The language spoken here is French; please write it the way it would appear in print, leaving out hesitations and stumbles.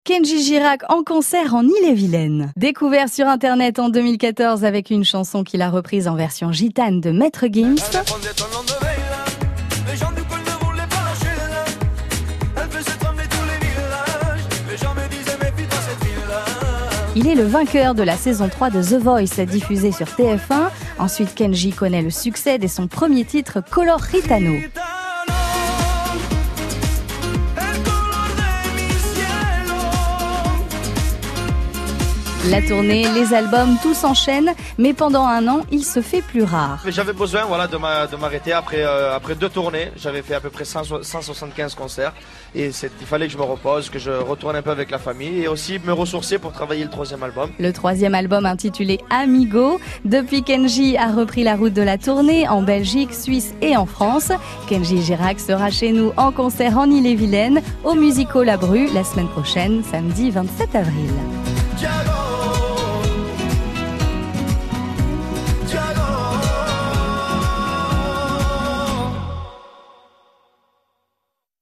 Kenji Girac en concert en Ille-et-Vilaine. Découvert sur internet en 2014 avec une chanson qu'il a reprise en version gitane de Maître Gims. Il est le vainqueur de la saison 3 de The Voice diffusée sur TF1. Ensuite, Kenji connaît le succès dès son premier titre Color Gitano. La tournée, les albums, tout s'enchaîne, mais pendant un an, il se fait plus rare. J'avais besoin de m'arrêter après 2 tournées. J'avais fait à peu près 175 concerts et il fallait que je me repose, que je retourne un peu avec la famille et aussi me ressourcer pour travailler le 3e album. Le 3e album intitulé Amigo. Depuis, Kenji a repris la route de la tournée en Belgique, Suisse et en France. Kenji Girac sera chez nous en concert en Ille-et-Vilaine au Musico La Bru la semaine prochaine, samedi 27 avril.